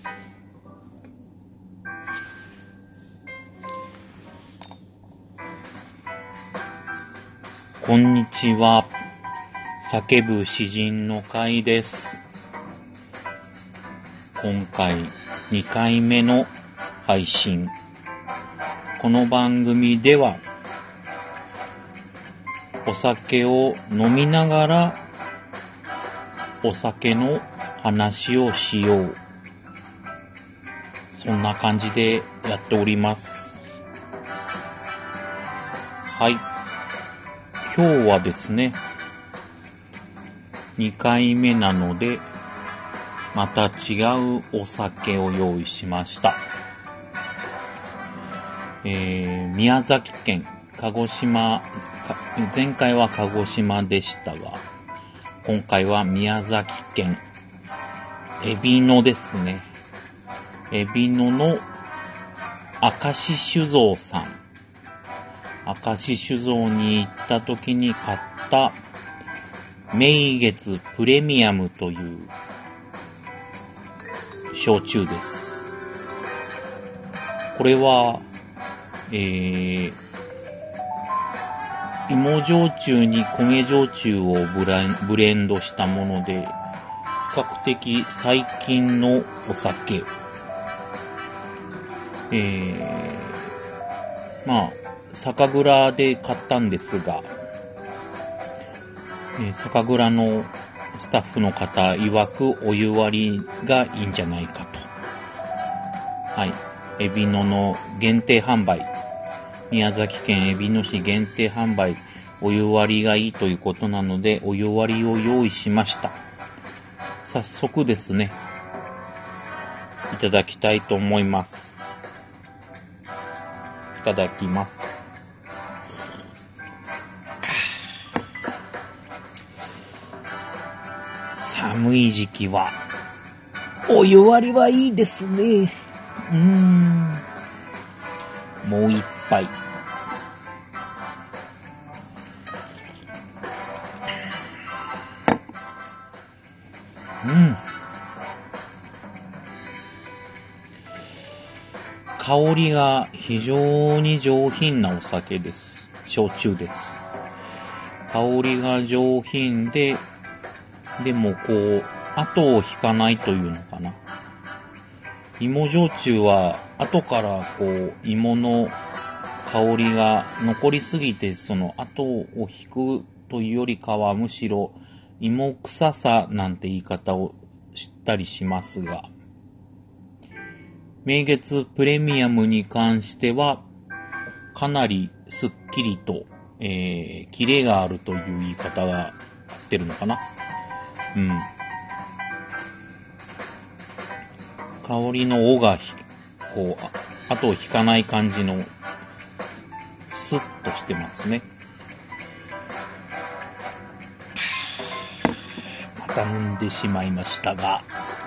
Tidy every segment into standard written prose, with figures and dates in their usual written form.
こんにちは。叫ぶ詩人の会です。今回2回目の配信。この番組ではお酒を飲みながらお酒の話をしよう。そんな感じでやっております。はい。今日はですね、2回目なので、また違うお酒を用意しました。宮崎県、鹿児島、前回は鹿児島でしたが、今回は宮崎県、海老野ですね。海老野の明石酒造さん。明石酒造に行った時に買った名月プレミアムという焼酎です。これは、芋焼酎に米焼酎をブレンドしたもので、比較的最近のお酒。酒蔵で買ったんですが、酒蔵のスタッフの方曰くお湯割りがいいんじゃないかと。はい。海老野の限定販売。宮崎県海老野市限定販売。お湯割りがいいということなので、お湯割りを用意しました。早速ですね、いただきたいと思います。いただきます。寒い時期はお湯割りはいいですね。もう一杯。香りが非常に上品なお酒です。焼酎です。香りが上品で、でも後を引かないというのかな。芋焼酎は後から芋の香りが残りすぎて、その後を引くというよりかはむしろ芋臭さなんて言い方をしたりしますが、名月プレミアムに関してはかなりすっきりと、キレがあるという言い方が合ってるのかな。香りの尾が後を引かない感じのスッとしてますね。また飲んでしまいましたが、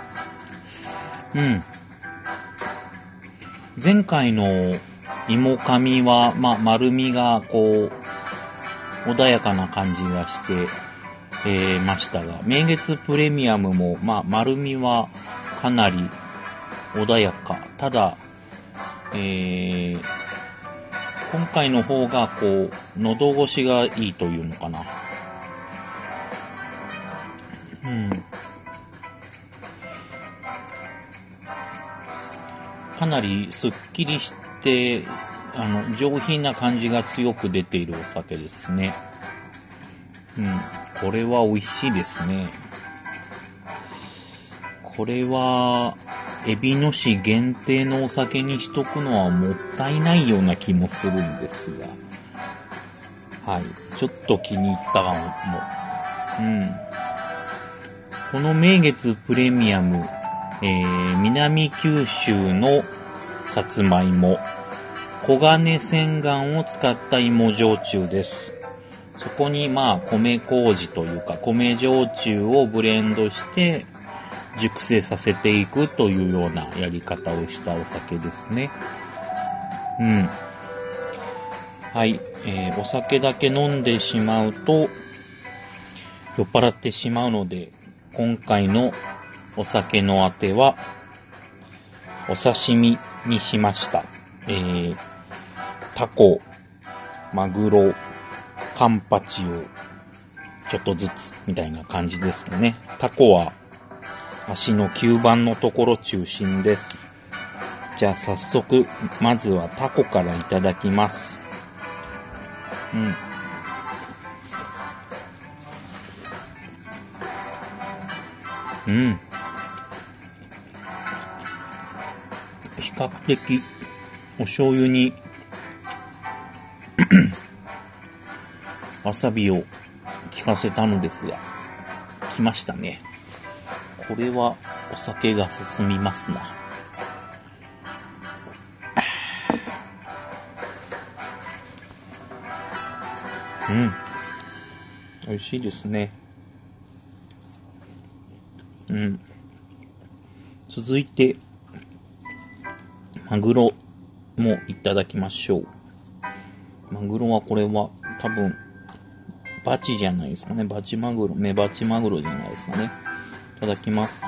前回の芋噛みは丸みが穏やかな感じがしてましたが、名月プレミアムも丸みはかなり穏やか。ただ、今回の方が喉越しがいいというのかな。かなりすっきりして上品な感じが強く出ているお酒ですね。これは美味しいですね。これは海老野市限定のお酒にしとくのはもったいないような気もするんですが、はい、ちょっと気に入ったかも。この名月プレミアム、南九州のさつまいも、黄金千貫を使った芋焼酎です。そこに米麹というか米焼酎をブレンドして熟成させていくというようなやり方をしたお酒ですね。はい、お酒だけ飲んでしまうと酔っ払ってしまうので、今回のお酒のあてはお刺身にしました。タコ、マグロ、カンパチをちょっとずつみたいな感じですね。タコは足の吸盤のところ中心です。じゃあ早速、まずはタコからいただきます。比較的お醤油にわさびを効かせたのですが、きましたね。これはお酒が進みますな。美味しいですね。続いて、マグロもいただきましょう。マグロはこれは多分、バチじゃないですかね。バチマグロ、メバチマグロじゃないですかね。いただきます。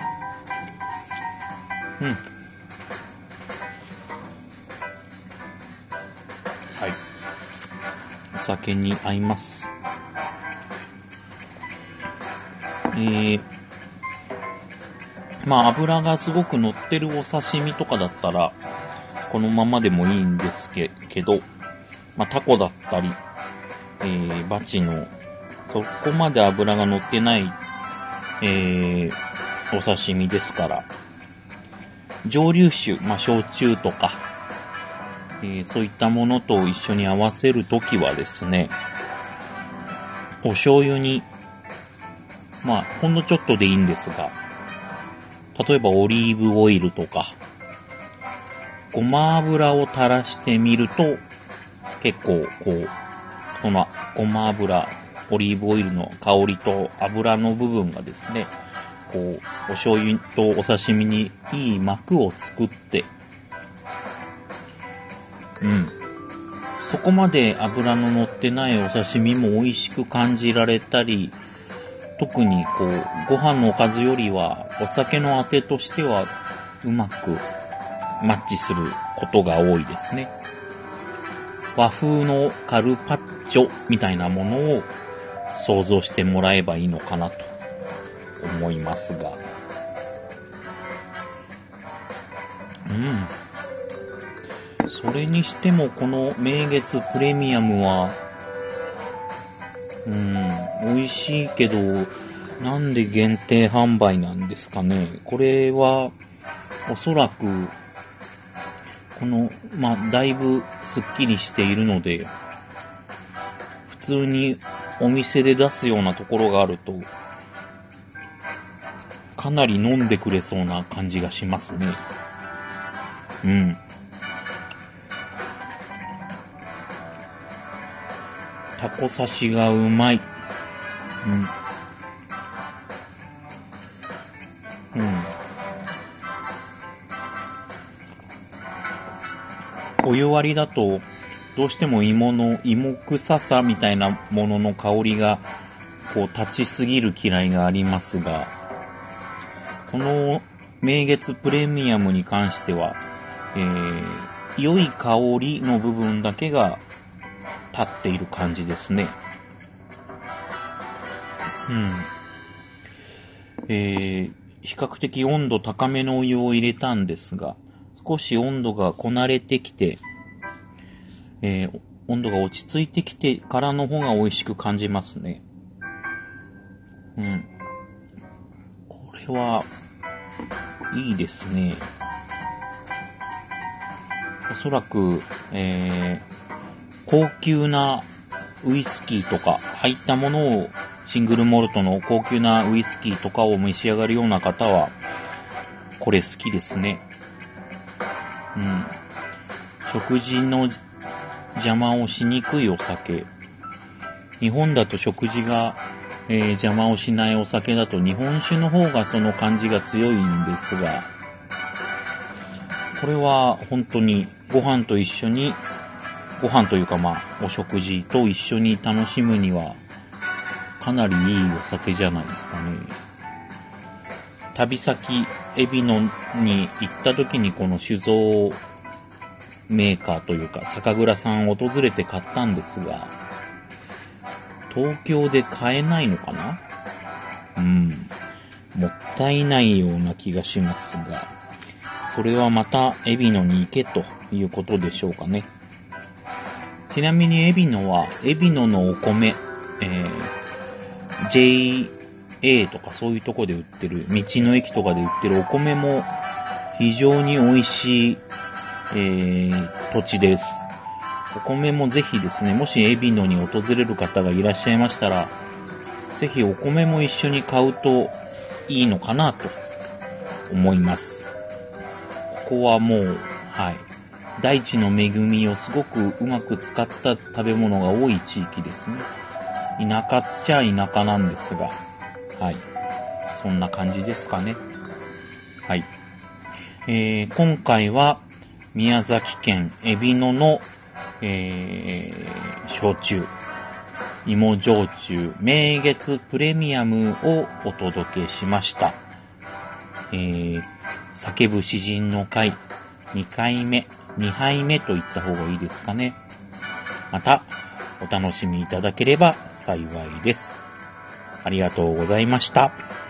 はい。お酒に合います。脂がすごく乗ってるお刺身とかだったら、このままでもいいんですけど、タコだったり、バチの、そこまで脂が乗ってない、お刺身ですから、蒸留酒、焼酎とか、そういったものと一緒に合わせるときはですね、お醤油に、ほんのちょっとでいいんですが、例えばオリーブオイルとか、ごま油を垂らしてみると、結構そのごま油、オリーブオイルの香りと油の部分がですね、お醤油とお刺身にいい膜を作って、そこまで油の乗ってないお刺身も美味しく感じられたり、特にご飯のおかずよりはお酒のあてとしてはうまくマッチすることが多いですね。和風のカルパッチョみたいなものを想像してもらえばいいのかなと思いますが。それにしてもこの名月プレミアムは、美味しいけど、なんで限定販売なんですかね。これは、おそらく、だいぶスッキリしているので、普通にお店で出すようなところがあると、かなり飲んでくれそうな感じがしますね。タコ刺しがうまい。お湯割りだと、どうしても芋臭さみたいなものの香りが、立ちすぎる嫌いがありますが、この名月プレミアムに関しては、良い香りの部分だけが立っている感じですね。比較的温度高めのお湯を入れたんですが、少し温度がこなれてきて、温度が落ち着いてきてからの方が美味しく感じますね。これはいいですね。おそらく、高級なウイスキーとか、ああいったものをシングルモルトの高級なウイスキーとかを召し上がるような方は、これ好きですね。食事の邪魔をしにくいお酒。日本だと食事が、邪魔をしないお酒だと日本酒の方がその感じが強いんですが、これは本当にご飯というかお食事と一緒に楽しむにはかなりいいお酒じゃないですかね。 旅先、海老野に行った時にこの酒造メーカーというか、酒蔵さんを訪れて買ったんですが、東京で買えないのかな？もったいないような気がしますが、それはまた海老野に行けということでしょうかね。ちなみに海老野は、海老野のお米、JA とかそういうとこで売ってる、道の駅とかで売ってるお米も非常に美味しい、土地です。お米もぜひですね、もし海老野に訪れる方がいらっしゃいましたら、ぜひお米も一緒に買うといいのかなと思います。ここはもう、大地の恵みをすごくうまく使った食べ物が多い地域ですね。田舎っちゃ田舎なんですが、そんな感じですかね。今回は宮崎県海老野の、焼酎、芋焼酎明月プレミアムをお届けしました。叫ぶ詩人の会2回目、2杯目と言った方がいいですかね。またお楽しみいただければ幸いです。ありがとうございました。